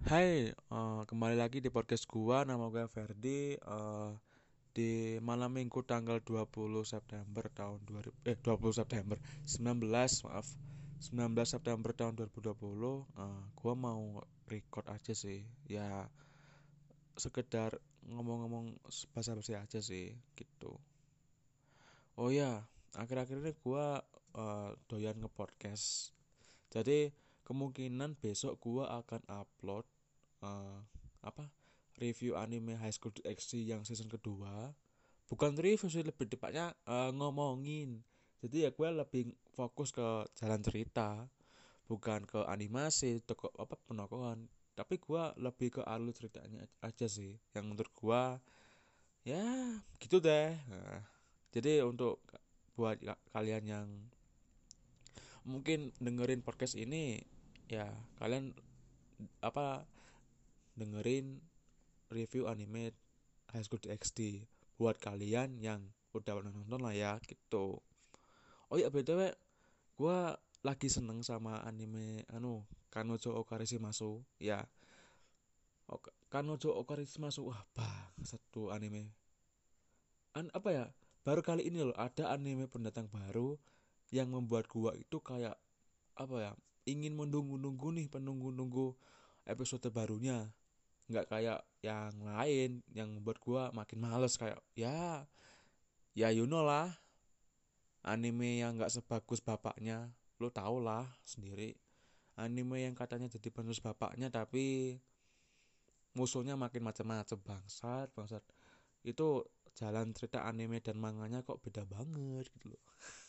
Hai, kembali lagi di podcast gua. Nama gue Ferdi. Di malam minggu tanggal 20 September tahun 2000, 20 September 19 maaf 19 September tahun 2020. Gua mau record aja sih. Ya sekedar ngomong-ngomong basa-basi aja sih gitu. Oh ya, akhir-akhir ini gua doyan nge-podcast. Jadi kemungkinan besok gua akan upload eh, apa review anime High School DxD yang season kedua. Bukan review sih, lebih tepatnya ngomongin. Jadi ya gue lebih fokus ke jalan cerita, bukan ke animasi atau ke apa penokohan. Tapi gue lebih ke alur ceritanya aja sih. Yang menurut gue ya gitu deh. Jadi untuk buat kalian yang mungkin dengerin podcast ini, ya kalian apa dengerin review anime High School DxD buat kalian yang udah pernah nonton lah ya gitu. Oh iya BTW, gue lagi seneng sama anime Kanojo Okarishimasu ya. Kanojo Okarishimasu, wah bang satu anime apa ya, baru kali ini loh ada anime pendatang baru yang membuat gua itu kayak apa ya, ingin menunggu-nunggu nih, penunggu-nunggu episode barunya. Nggak kayak yang lain yang membuat gua makin males, kayak ya you know lah, anime yang nggak sebagus bapaknya. Lo tau lah sendiri, anime yang katanya jadi penerus bapaknya tapi musuhnya makin macam-macam. Bangsat bangsat itu, jalan cerita anime dan manganya kok beda banget gitu loh.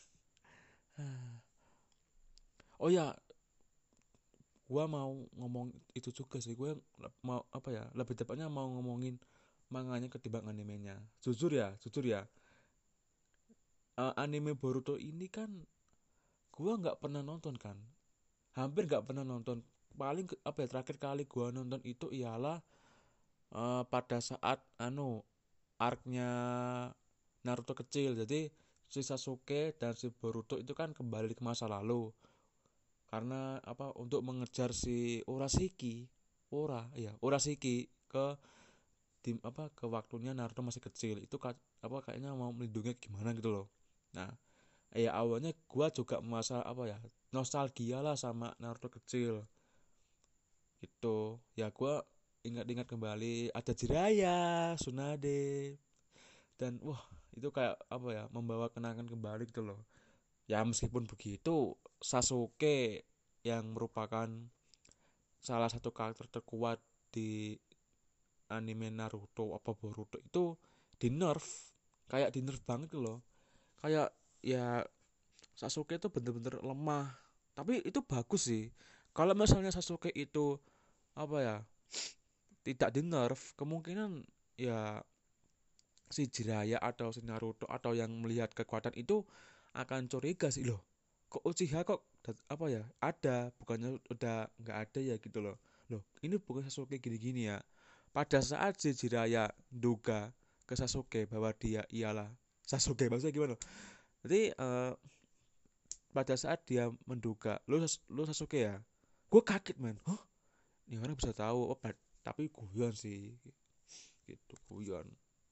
Oh ya, gua mau ngomong itu juga sih. Gue mau apa ya, lebih tepatnya mau ngomongin manganya ketimbang animenya. Jujur ya, anime Boruto ini kan gua nggak pernah nonton kan, hampir nggak pernah nonton. Paling apa ya, terakhir kali gua nonton itu ialah pada saat arc-nya Naruto kecil. Jadi si Sasuke dan si Boruto itu kan kembali ke masa lalu karena apa, untuk mengejar si Urashiki ke tim apa, ke waktunya Naruto masih kecil itu apa kayaknya mau melindungi gimana gitu loh. Nah, ya awalnya gua juga masa apa ya, nostalgia lah sama Naruto kecil gitu. Ya gua ingat-ingat kembali ada Jiraiya, Tsunade, dan wah itu kayak apa ya, membawa kenangan kembali gitu loh. Ya meskipun begitu, Sasuke yang merupakan salah satu karakter terkuat di anime Naruto apa Boruto itu di nerf, kayak di nerf banget gitu loh. Kayak ya Sasuke itu bener-bener lemah, tapi itu bagus sih. Kalau misalnya Sasuke itu apa ya, tidak di nerf, kemungkinan ya si Jiraiya atau si Naruto atau yang melihat kekuatan itu akan curiga sih loh. Kok Uchiha kok apa ya ada, bukannya udah nggak ada ya gitu loh. Loh, ini bukan Sasuke gini-gini ya. Pada saat si Jiraiya duga ke Sasuke bahwa dia ialah Sasuke, maksudnya gimana? Jadi pada saat dia menduga lu Sasuke ya, gue kaget man. Hah, ini orang bisa tahu. Oh, tapi guyon sih, gitu guyon.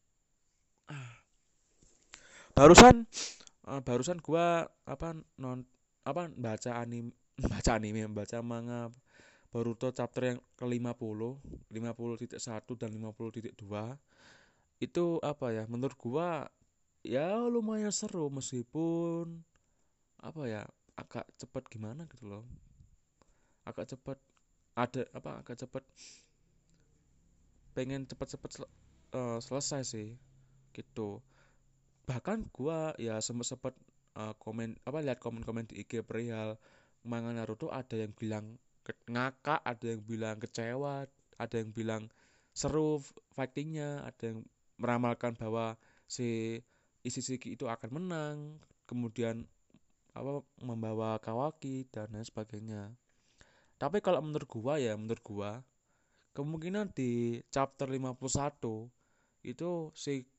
Barusan gua apa apa baca anime baca manga Boruto chapter yang ke-50, 50.1 dan 50.2. Itu apa ya, menurut gua ya lumayan seru meskipun apa ya, agak cepet gimana gitu loh. Agak cepet, ada apa, agak cepet, pengen cepet-cepet selesai sih gitu. Bahkan gua ya sempet komen apa, lihat komen-komen di IG perihal manga Naruto, ada yang bilang ngakak, ada yang bilang kecewa, ada yang bilang seru fightingnya, ada yang meramalkan bahwa si Isishiki itu akan menang, kemudian apa, membawa Kawaki dan lain sebagainya. Tapi kalau menurut gua kemungkinan di chapter 51 itu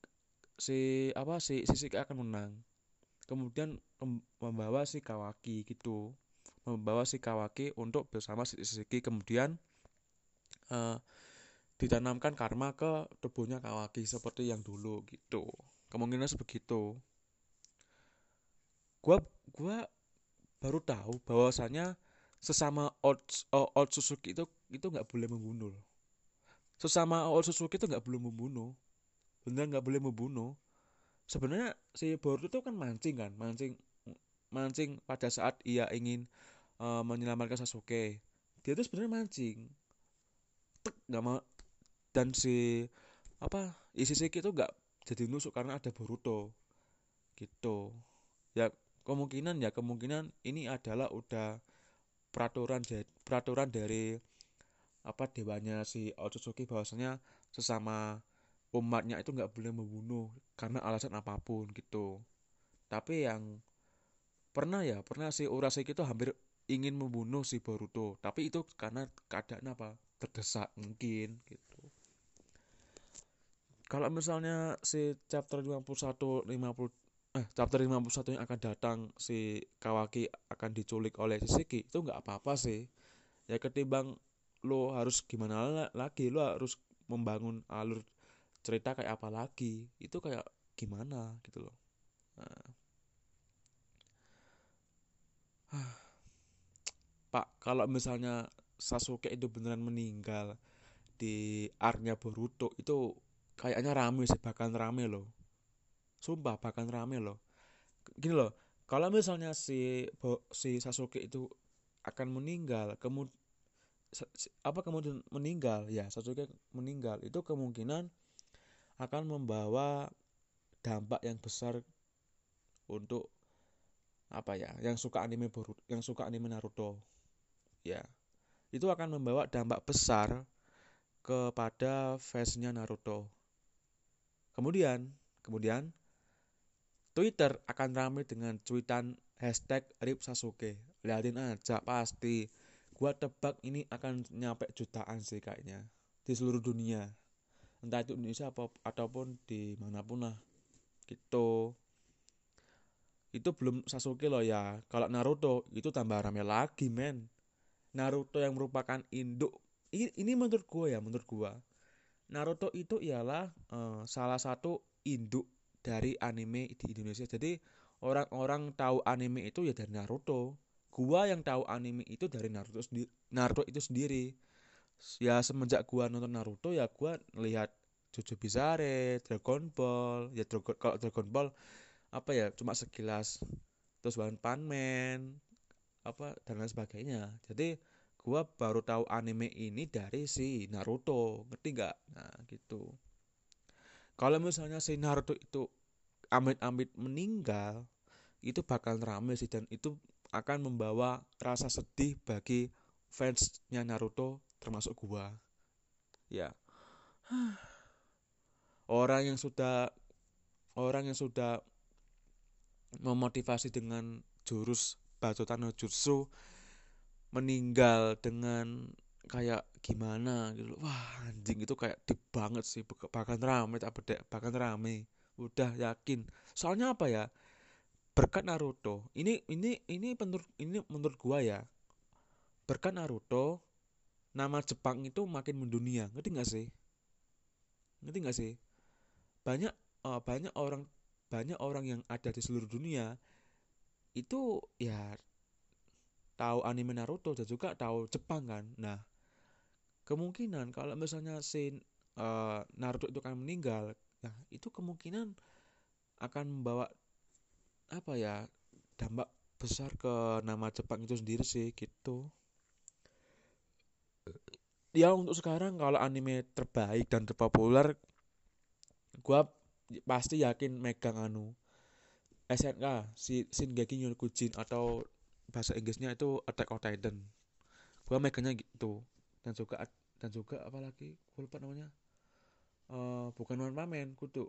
si Sisiki akan menang, kemudian membawa si Kawaki gitu, membawa si Kawaki untuk bersama si Sisiki, kemudian eh, ditanamkan karma ke tubuhnya Kawaki seperti yang dulu gitu. Kemungkinan sebegitu. Gua gua baru tahu bahwasanya sesama Otsutsuki itu nggak boleh membunuh. Sesama Otsutsuki itu nggak boleh membunuh. Beneran nggak boleh membunuh. Sebenarnya si Boruto itu kan mancing kan, mancing mancing pada saat ia ingin menyelamatkan Sasuke. Dia tuh sebenarnya mancing, nggak mau, dan si apa Isishiki itu nggak jadi nusuk karena ada Boruto gitu. Ya kemungkinan ini adalah udah peraturan dari apa dewanya si Otsutsuki bahwasanya sesama umatnya itu nggak boleh membunuh karena alasan apapun gitu. Tapi yang pernah si Uraseki itu hampir ingin membunuh si Boruto, tapi itu karena keadaan apa, terdesak mungkin gitu. Kalau misalnya si chapter 51 50 chapter 51 yang akan datang si Kawaki akan diculik oleh Shiseki, itu nggak apa-apa sih. Ya ketimbang lo harus gimana lagi, lo harus membangun alur cerita kayak apa lagi, itu kayak gimana gitu loh. Nah, Pak, kalau misalnya Sasuke itu beneran meninggal di arc-nya Boruto, itu kayaknya rame sih, bahkan rame loh. Sumpah bahkan rame loh. Gini loh, kalau misalnya si Sasuke itu akan meninggal, kemudian meninggal, ya Sasuke meninggal, itu kemungkinan akan membawa dampak yang besar untuk apa ya, yang suka anime Naruto. Ya, itu akan membawa dampak besar kepada fansnya Naruto. Kemudian Twitter akan ramai dengan cuitan hashtag RIP Sasuke. Lihatin aja pasti. Gua tebak ini akan nyampe jutaan sih kayaknya di seluruh dunia. Entah itu Indonesia ataupun di manapun lah. Gitu. Itu belum Sasuke loh ya. Kalau Naruto itu tambah ramai lagi men. Naruto yang merupakan induk. Ini menurut gua ya, menurut gua. Naruto itu ialah salah satu induk dari anime di Indonesia. Jadi orang-orang tahu anime itu ya dari Naruto. Gua yang tahu anime itu dari Naruto itu sendiri. Ya semenjak gua nonton Naruto ya gua lihat Jojo Bizarre, Dragon Ball. Ya kalau Dragon Ball apa ya cuma sekilas. Terus One Punch Man apa dan lain sebagainya. Jadi gua baru tahu anime ini dari si Naruto, ngerti nggak? Nah gitu. Kalau misalnya si Naruto itu amit-amit meninggal, itu bakal rame sih dan itu akan membawa rasa sedih bagi fansnya Naruto termasuk gua. Ya, orang yang sudah orang yang sudah memotivasi dengan jurus Batuta no Jutsu meninggal dengan kayak gimana gitu. Wah, anjing itu kayak deep banget sih, bahkan rame tak bedek, bahkan rame. Udah yakin. Soalnya apa ya? Berkat Naruto. Ini menurut gua ya. Berkat Naruto, nama Jepang itu makin mendunia. Ngerti nggak sih? Ngerti nggak sih? Banyak eh, banyak orang banyak orang yang ada di seluruh dunia itu ya tahu anime Naruto dan juga tahu Jepang kan. Nah, kemungkinan kalau misalnya si Naruto itu akan meninggal, nah itu kemungkinan akan membawa apa ya dampak besar ke nama Jepang itu sendiri sih gitu. Ya untuk sekarang kalau anime terbaik dan terpopuler, gua pasti yakin megang SNK si Shingeki no Kyojin atau bahasa Inggrisnya itu Attack on Titan. Gua megangnya gitu. Dan juga apa lagi? Gua lupa namanya. Bukan One Punch Man, kudu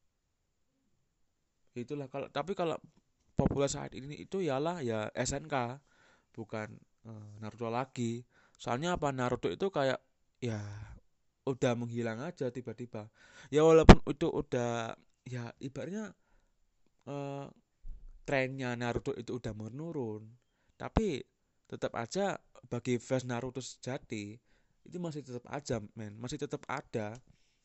itulah. Kalau populer saat ini itu ialah ya SNK, bukan Naruto lagi. Soalnya apa, Naruto itu kayak ya udah menghilang aja tiba-tiba. Ya walaupun itu udah ya ibaratnya eh, trennya Naruto itu udah menurun, tapi tetap aja bagi fans Naruto sejati itu masih tetap aja men, masih tetap ada.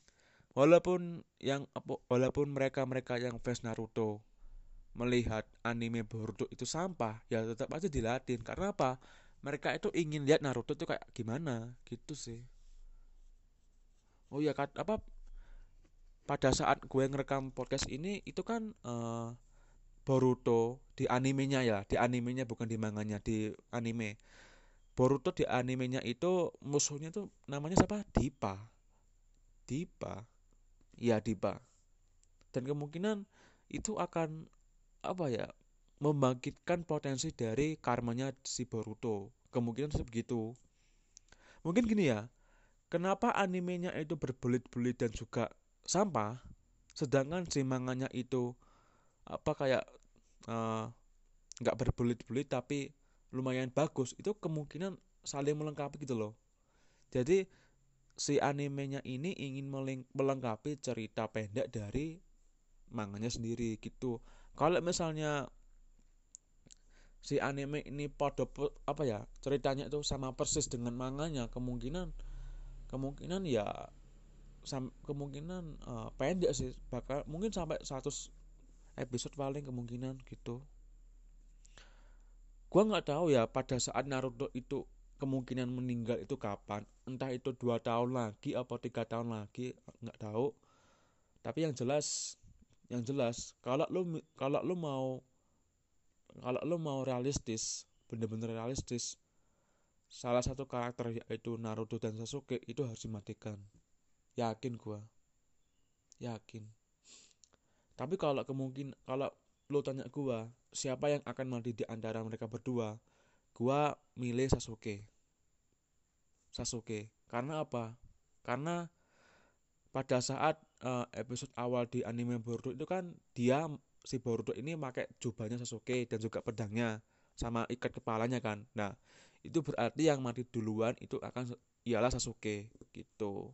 Walaupun mereka yang fans Naruto melihat anime Boruto itu sampah, ya tetap aja dilatih. Karena apa? Mereka itu ingin lihat Naruto itu kayak gimana gitu sih. Oh ya, pada saat gue ngerekam podcast ini itu kan Boruto di animenya, ya di animenya bukan di manganya, di anime. Boruto di animenya itu musuhnya tuh namanya siapa? Dipa. Iya, Dipa. Dan kemungkinan itu akan apa ya, membangkitkan potensi dari karmanya si Boruto. Kemungkinan seperti begitu. Mungkin gini ya, kenapa animenya itu berbelit-belit dan juga sampah, sedangkan si manganya itu apa kayak eh, nggak berbelit-belit tapi lumayan bagus. Itu kemungkinan saling melengkapi gitu loh. Jadi si animenya ini ingin melengkapi cerita pendek dari manganya sendiri gitu. Kalau misalnya si anime ini apa ya, ceritanya itu sama persis dengan manganya, kemungkinan kemungkinan ya kemungkinan pendek sih, bakal mungkin sampai 100 episode paling kemungkinan gitu. Gua nggak tahu ya pada saat Naruto itu kemungkinan meninggal itu kapan, entah itu 2 tahun lagi atau 3 tahun lagi, nggak tahu. Tapi yang jelas kalau lu mau realistis, bener-bener realistis, salah satu karakter yaitu Naruto dan Sasuke itu harus dimatikan. Yakin gua, yakin. Tapi kalau lu tanya gua, siapa yang akan mati di antara mereka berdua? Gua milih Sasuke. Sasuke. Karena apa? Karena pada saat episode awal di anime Boruto itu kan si Boruto ini pakai jubahnya Sasuke dan juga pedangnya sama ikat kepalanya kan. Nah, itu berarti yang mati duluan itu ialah Sasuke gitu.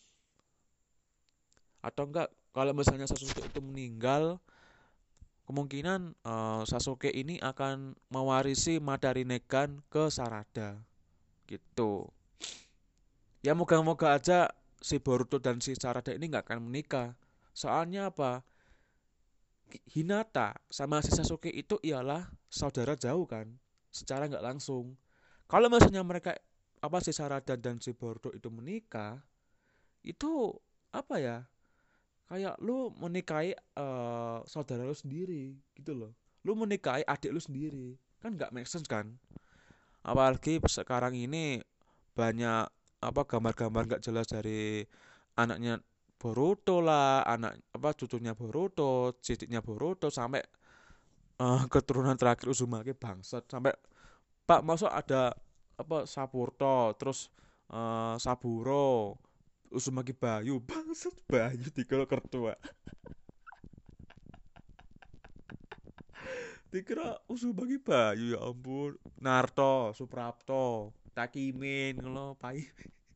Atau enggak, kalau misalnya Sasuke itu meninggal, kemungkinan Sasuke ini akan mewarisi Madara Rinnegan ke Sarada gitu. Ya moga-moga aja si Boruto dan si Sarada ini nggak akan menikah. Soalnya apa? Hinata sama si Sasuke itu ialah saudara jauh kan, secara nggak langsung. Kalau misalnya mereka apa si Sarada dan si Boruto itu menikah, itu apa ya? Kayak lu menikahi saudara lu sendiri gitu loh. Lu menikahi adik lu sendiri, kan nggak make sense kan? Apalagi sekarang ini banyak apa gambar-gambar nggak jelas dari anaknya Boruto lah, anak apa cucunya Boruto, cicitnya Boruto, sampai keturunan terakhir Uzumaki bangsat, sampai Pak masuk ada apa Saburto, terus Saburo, Uzumaki Bayu, bangsat Bayu dikira kertua. Dikira Uzumaki Bayu, ya ampun. Naruto, Suprapto, Takimin ngono pai.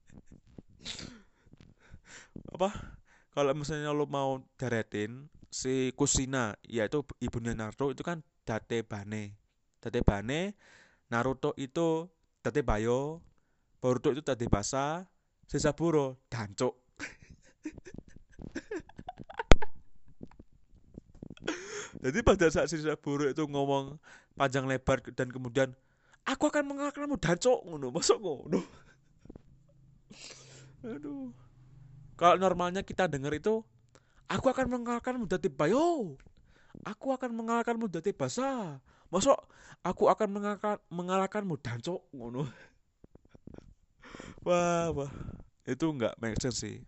Apa kalau misalnya lo mau daretin si Kusina, yaitu ibunya Naruto itu kan Date Bane. Date Bane, Naruto itu Date Bayo, Boruto itu Date Basa, si Saburo Dancuk. Jadi pada saat si Saburo itu ngomong panjang lebar dan kemudian aku akan mengalahkanmu Dancuk ngono, masuk ngono. Aduh. Kalau normalnya kita dengar itu aku akan mengalahkanmu Date Bayo. Aku akan mengalahkanmu Date Basa. Masuk aku akan mengalahkanmu Dancuk ngono. Wah, wah. Itu nggak make sense sih.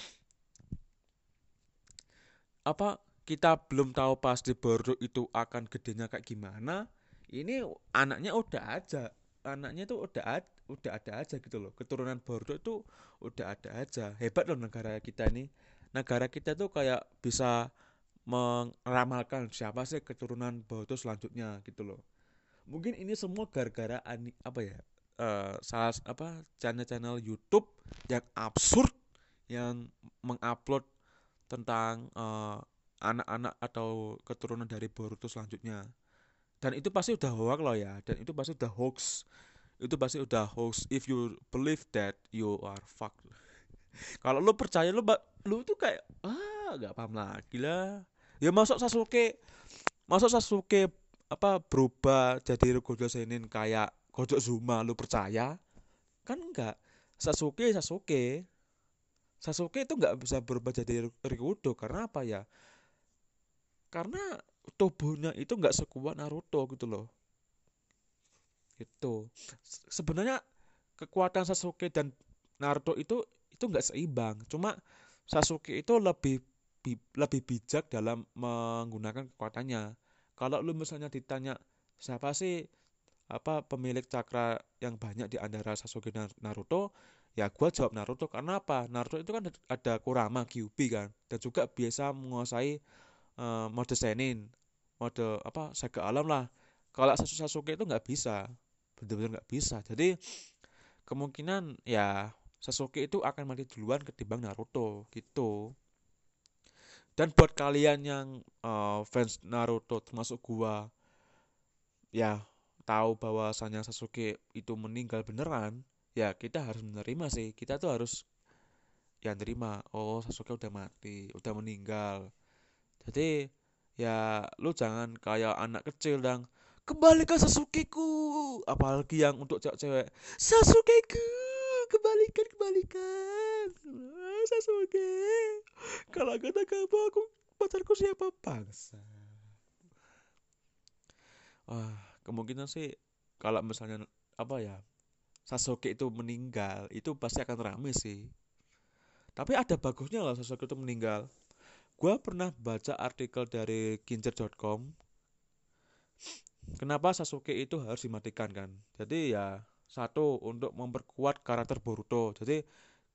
Apa kita belum tahu pasti Boruto itu akan gedenya kayak gimana? Ini anaknya tuh udah ada aja gitu loh. Keturunan Boruto itu udah ada aja. Hebat loh negara kita ini. Negara kita tuh kayak bisa meramalkan siapa sih keturunan Boruto selanjutnya gitu loh. Mungkin ini semua gara-gara apa ya? Salah apa channel-channel YouTube yang absurd yang mengupload tentang anak-anak atau keturunan dari Boruto selanjutnya. Dan itu pasti udah hoax loh ya, dan itu pasti udah hoax. itu pasti udah hoax. If you believe that, you are fucked. Kalau lu percaya, lu tuh kayak nggak paham lagi lah. Ya masuk Sasuke apa berubah jadi Gojo Senin kayak Gojo Zuma, lu percaya? Kan enggak. Sasuke Sasuke Sasuke itu nggak bisa berubah jadi Rikudo karena apa ya? Karena tubuhnya itu nggak sekuat Naruto gitu loh. Gitu. Sebenarnya kekuatan Sasuke dan Naruto itu nggak seimbang. Cuma Sasuke itu lebih bijak dalam menggunakan kekuatannya. Kalau lu misalnya ditanya siapa sih apa pemilik cakra yang banyak di antara Sasuke dan Naruto, ya gua jawab Naruto karena apa? Naruto itu kan ada Kurama, Kyuubi kan, dan juga biasa menguasai mode Senin, mode apa Saga Alam lah. Kalau Sasuke itu nggak bisa, bener-bener nggak bisa. Jadi kemungkinan ya Sasuke itu akan mati duluan ketimbang Naruto gitu. Dan buat kalian yang fans Naruto termasuk gua, ya tahu bahwasannya Sasuke itu meninggal beneran, ya kita harus menerima sih. Kita tuh harus ya nerima, oh Sasuke udah mati, udah meninggal. Jadi ya lu jangan kayak anak kecil dan kembalikan Sasukeku, apalagi yang untuk cewek-cewek, Sasukeku kembalikan Sasuke, kalau kata kamu aku pacarku siapa bangsa. Wah, kemungkinan sih kalau misalnya apa ya Sasuke itu meninggal itu pasti akan rame sih. Tapi ada bagusnya loh Sasuke itu meninggal. Gua pernah baca artikel dari Ginjer.com. Kenapa Sasuke itu harus dimatikan kan? Jadi ya satu untuk memperkuat karakter Boruto. Jadi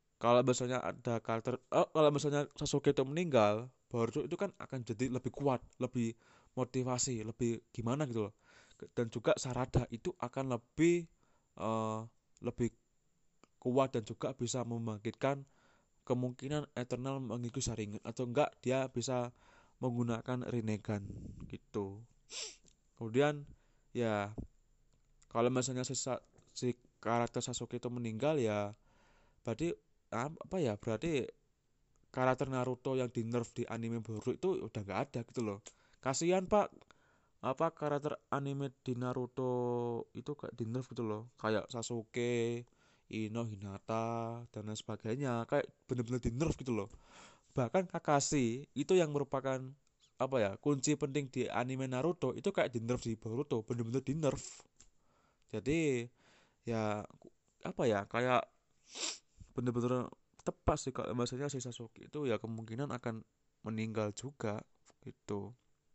kalau misalnya Sasuke itu meninggal, Boruto itu kan akan jadi lebih kuat, lebih motivasi, lebih gimana gitu loh. Dan juga Sarada itu akan eh, lebih kuat dan juga bisa membangkitkan kemungkinan Eternal mengikuti Sharingan atau enggak dia bisa menggunakan Rinnegan gitu. Kemudian ya kalau misalnya si karakter Sasuke itu meninggal ya berarti apa ya berarti karakter Naruto yang di nerf di anime baru itu udah nggak ada gitu loh. Kasihan pak, apa karakter anime di Naruto itu kayak di nerf gitu loh, kayak Sasuke, Ino, Hinata dan lain sebagainya kayak bener-bener di nerf gitu loh. Bahkan Kakashi itu yang merupakan apa ya kunci penting di anime Naruto itu kayak di nerf di Boruto, bener-bener di nerf. Jadi ya apa ya kayak bener-bener tepat sih kalau maksudnya si Sasuke itu ya kemungkinan akan meninggal juga gitu.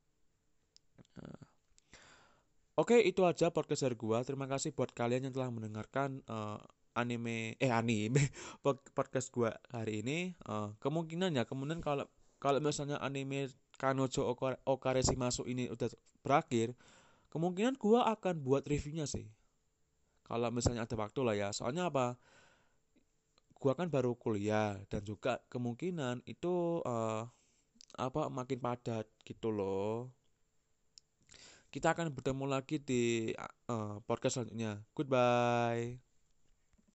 Oke, itu aja podcast dari gua. Terima kasih buat kalian yang telah mendengarkan anime podcast gua hari ini. Kemungkinan ya, kemudian kalau kalau misalnya anime Kanojo Okareshi masuk ini udah berakhir, kemungkinan gua akan buat reviewnya sih. Kalau misalnya ada waktu lah ya. Soalnya apa? Gua kan baru kuliah dan juga kemungkinan itu apa makin padat gitu loh. Kita akan bertemu lagi di podcast selanjutnya. Goodbye.